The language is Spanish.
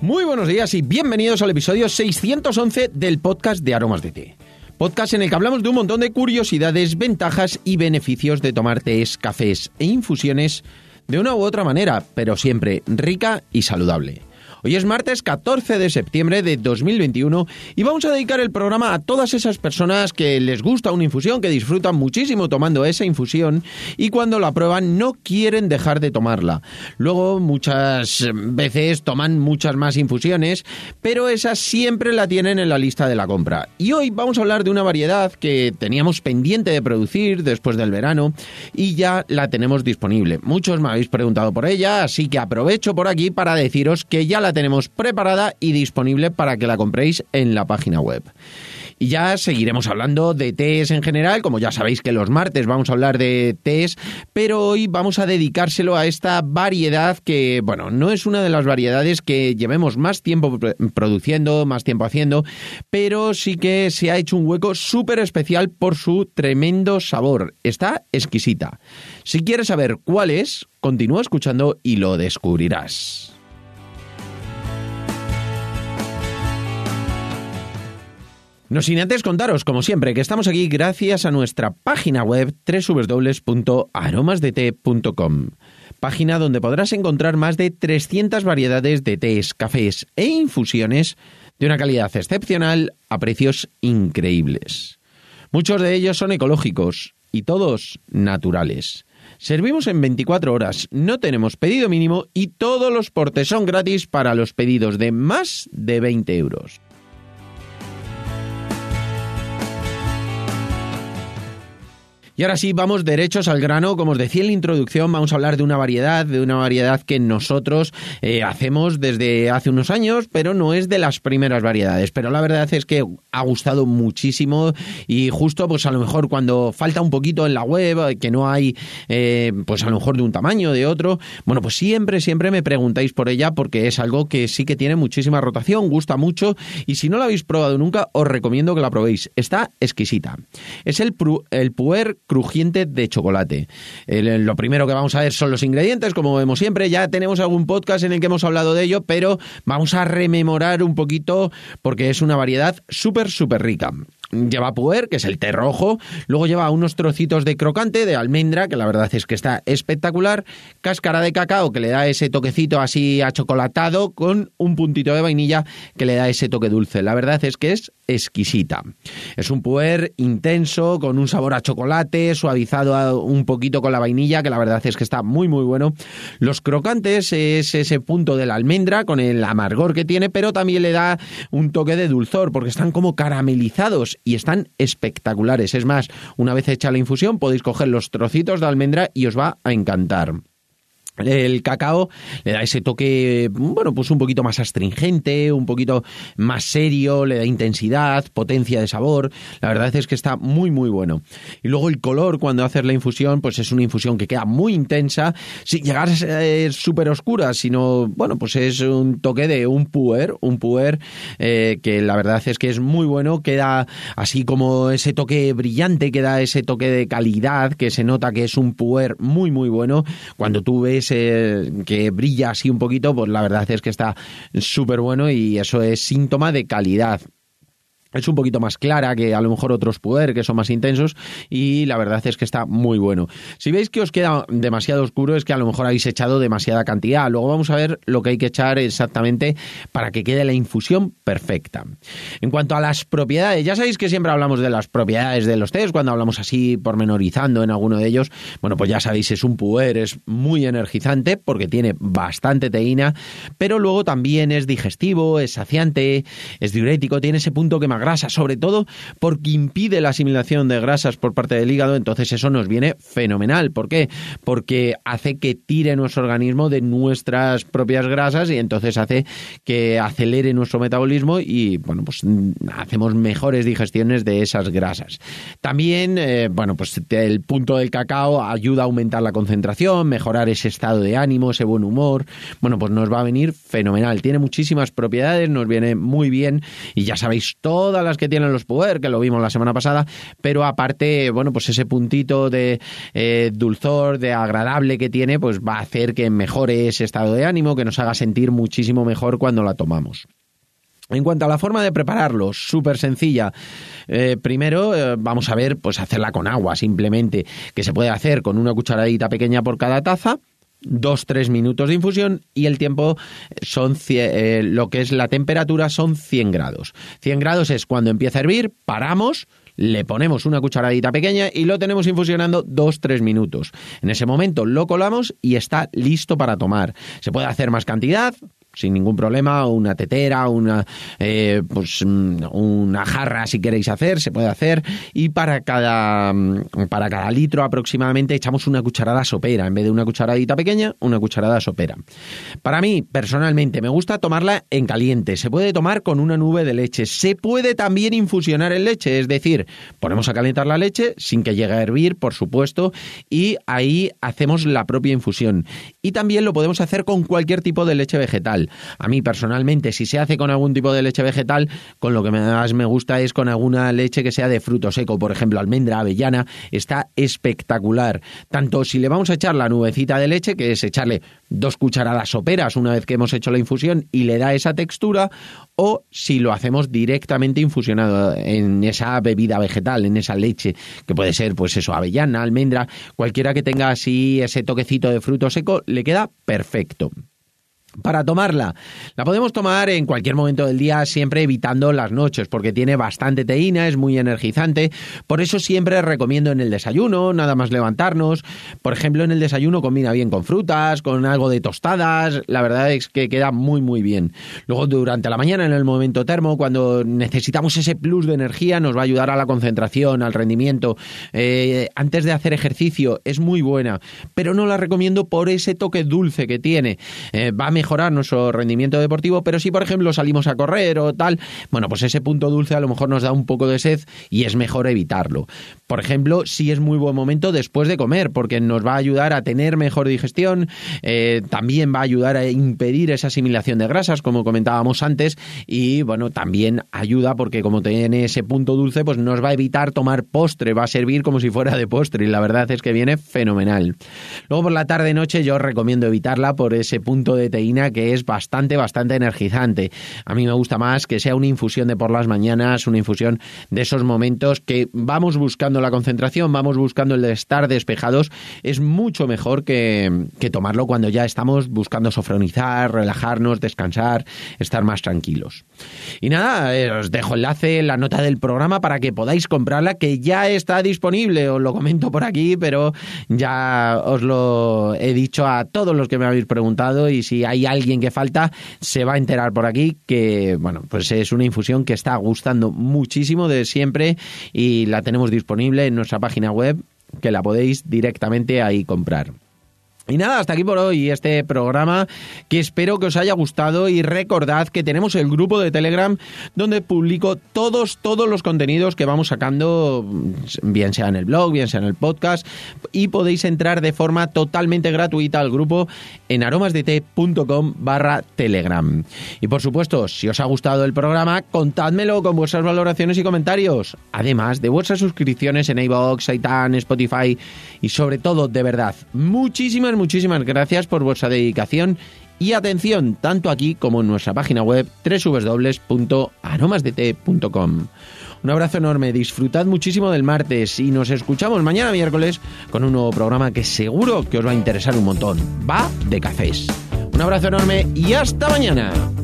Muy buenos días y bienvenidos al episodio 611 del podcast de Aromas de Té. Podcast en el que hablamos de un montón de curiosidades, ventajas y beneficios de tomar tés, cafés e infusiones de una u otra manera, pero siempre rica y saludable. Hoy es martes 14 de septiembre de 2021 y vamos a dedicar el programa a todas esas personas que les gusta una infusión, que disfrutan muchísimo tomando esa infusión y cuando la prueban no quieren dejar de tomarla. Luego muchas veces toman muchas más infusiones, pero esas siempre la tienen en la lista de la compra. Y hoy vamos a hablar de una variedad que teníamos pendiente de producir después del verano y ya la tenemos disponible. Muchos me habéis preguntado por ella, así que aprovecho por aquí para deciros que ya la tenemos preparada y disponible para que la compréis en la página web. Y ya seguiremos hablando de tés en general, como ya sabéis que los martes vamos a hablar de tés, pero hoy vamos a dedicárselo a esta variedad que, bueno, no es una de las variedades que llevemos más tiempo produciendo, más tiempo haciendo, pero sí que se ha hecho un hueco súper especial por su tremendo sabor. Está exquisita. Si quieres saber cuál es, continúa escuchando y lo descubrirás. No sin antes contaros, como siempre, que estamos aquí gracias a nuestra página web www.aromasdete.com, página donde podrás encontrar más de 300 variedades de tés, cafés e infusiones de una calidad excepcional a precios increíbles. Muchos de ellos son ecológicos y todos naturales. Servimos en 24 horas, no tenemos pedido mínimo y todos los portes son gratis para los pedidos de más de 20 euros. Y ahora sí, vamos derechos al grano. Como os decía en la introducción, vamos a hablar de una variedad que nosotros hacemos desde hace unos años, pero no es de las primeras variedades. Pero la verdad es que ha gustado muchísimo y justo pues a lo mejor cuando falta un poquito en la web, que no hay pues a lo mejor de un tamaño o de otro, bueno, pues siempre me preguntáis por ella porque es algo que sí que tiene muchísima rotación, gusta mucho y si no la habéis probado nunca, os recomiendo que la probéis. Está exquisita. Es el puer crujiente de chocolate. Lo primero que vamos a ver son los ingredientes, como vemos siempre. Ya tenemos algún podcast en el que hemos hablado de ello, pero vamos a rememorar un poquito porque es una variedad súper rica. Lleva puer, que es el té rojo, luego lleva unos trocitos de crocante, de almendra, que la verdad es que está espectacular, cáscara de cacao, que le da ese toquecito así achocolatado, con un puntito de vainilla, que le da ese toque dulce. La verdad es que es exquisita. Es un puer intenso, con un sabor a chocolate, suavizado un poquito con la vainilla, que la verdad es que está muy bueno. Los crocantes es ese punto de la almendra, con el amargor que tiene, pero también le da un toque de dulzor, porque están como caramelizados, y están espectaculares. Es más, una vez hecha la infusión podéis coger los trocitos de almendra y os va a encantar. El cacao le da ese toque, bueno, pues un poquito más astringente, un poquito más serio, le da intensidad, potencia de sabor. La verdad es que está muy bueno. Y luego el color cuando haces la infusión, pues es una infusión que queda muy intensa, sin llegar a ser súper oscura, sino, bueno, pues es un toque de un puer que la verdad es que es muy bueno, queda así como ese toque brillante, queda ese toque de calidad, que se nota que es un puer muy bueno. Cuando tú ves que brilla así un poquito, pues la verdad es que está súper bueno y eso es síntoma de calidad. Es un poquito más clara que a lo mejor otros puer que son más intensos y la verdad es que está muy bueno. Si veis que os queda demasiado oscuro es que a lo mejor habéis echado demasiada cantidad. Luego vamos a ver lo que hay que echar exactamente para que quede la infusión perfecta. En cuanto a las propiedades, ya sabéis que siempre hablamos de las propiedades de los tés cuando hablamos así pormenorizando en alguno de ellos. Bueno, pues ya sabéis, es un puer, es muy energizante porque tiene bastante teína, pero luego también es digestivo, es saciante, es diurético, tiene ese punto que grasa, sobre todo porque impide la asimilación de grasas por parte del hígado, entonces eso nos viene fenomenal. ¿Por qué? Porque hace que tire nuestro organismo de nuestras propias grasas y entonces hace que acelere nuestro metabolismo y, bueno, pues hacemos mejores digestiones de esas grasas. También, bueno, pues el punto del cacao ayuda a aumentar la concentración, mejorar ese estado de ánimo, ese buen humor. Bueno, pues nos va a venir fenomenal. Tiene muchísimas propiedades, nos viene muy bien y ya sabéis todas todas las que tienen los puer, que lo vimos la semana pasada, pero aparte, bueno, pues ese puntito de dulzor, de agradable que tiene, pues va a hacer que mejore ese estado de ánimo, que nos haga sentir muchísimo mejor cuando la tomamos. En cuanto a la forma de prepararlo, súper sencilla. Primero vamos a ver, pues hacerla con agua simplemente, que se puede hacer con una cucharadita pequeña por cada taza, 2-3 minutos de infusión y el tiempo son, lo que es la temperatura son 100 grados. 100 grados es cuando empieza a hervir, paramos, le ponemos una cucharadita pequeña y lo tenemos infusionando 2-3 minutos. En ese momento lo colamos y está listo para tomar. Se puede hacer más cantidad, sin ningún problema, una tetera, una jarra si queréis hacer, se puede hacer, y para cada litro aproximadamente echamos una cucharada sopera, en vez de una cucharadita pequeña, una cucharada sopera. Para mí, personalmente, me gusta tomarla en caliente, se puede tomar con una nube de leche, se puede también infusionar en leche, es decir, ponemos a calentar la leche sin que llegue a hervir, por supuesto, y ahí hacemos la propia infusión. Y también lo podemos hacer con cualquier tipo de leche vegetal. A mí personalmente, si se hace con algún tipo de leche vegetal, con lo que más me gusta es con alguna leche que sea de fruto seco, por ejemplo almendra, avellana, está espectacular. Tanto si le vamos a echar la nubecita de leche, que es echarle 2 cucharadas soperas una vez que hemos hecho la infusión y le da esa textura, o si lo hacemos directamente infusionado en esa bebida vegetal, en esa leche, que puede ser pues eso, avellana, almendra, cualquiera que tenga así ese toquecito de fruto seco, le queda perfecto. Para tomarla, la podemos tomar en cualquier momento del día, siempre evitando las noches, porque tiene bastante teína, es muy energizante, por eso siempre recomiendo en el desayuno, nada más levantarnos. Por ejemplo, en el desayuno combina bien con frutas, con algo de tostadas, la verdad es que queda muy muy bien. Luego durante la mañana, en el momento termo, cuando necesitamos ese plus de energía, nos va a ayudar a la concentración, al rendimiento. Antes de hacer ejercicio es muy buena, pero no la recomiendo por ese toque dulce que tiene. Va a mejorar nuestro rendimiento deportivo, pero si por ejemplo salimos a correr o tal, bueno, pues ese punto dulce a lo mejor nos da un poco de sed y es mejor evitarlo. Por ejemplo, sí es muy buen momento después de comer, porque nos va a ayudar a tener mejor digestión, también va a ayudar a impedir esa asimilación de grasas, como comentábamos antes, y bueno, también ayuda porque como tiene ese punto dulce, pues nos va a evitar tomar postre, va a servir como si fuera de postre, y la verdad es que viene fenomenal. Luego por la tarde-noche yo os recomiendo evitarla por ese punto de teína que es bastante energizante. A mí me gusta más que sea una infusión de por las mañanas, una infusión de esos momentos que vamos buscando la concentración, vamos buscando el de estar despejados. Es mucho mejor que tomarlo cuando ya estamos buscando sofronizar, relajarnos, descansar, estar más tranquilos. Y nada, os dejo enlace en la nota del programa para que podáis comprarla, que ya está disponible. Os lo comento por aquí, pero ya os lo he dicho a todos los que me habéis preguntado, y si hay alguien que falta, se va a enterar por aquí que, bueno, pues es una infusión que está gustando muchísimo de siempre y la tenemos disponible en nuestra página web, que la podéis directamente ahí comprar. Y nada, hasta aquí por hoy este programa, que espero que os haya gustado, y recordad que tenemos el grupo de Telegram donde publico todos los contenidos que vamos sacando, bien sea en el blog, bien sea en el podcast, y podéis entrar de forma totalmente gratuita al grupo en aromasdete.com/telegram. Y por supuesto, si os ha gustado el programa, contádmelo con vuestras valoraciones y comentarios, además de vuestras suscripciones en iVoox, iTunes, Spotify, y sobre todo, de verdad, muchísimas gracias por vuestra dedicación y atención, tanto aquí como en nuestra página web www.aromasdete.com. Un abrazo enorme, disfrutad muchísimo del martes y nos escuchamos mañana miércoles con un nuevo programa que seguro que os va a interesar un montón. Va de cafés. Un abrazo enorme y hasta mañana.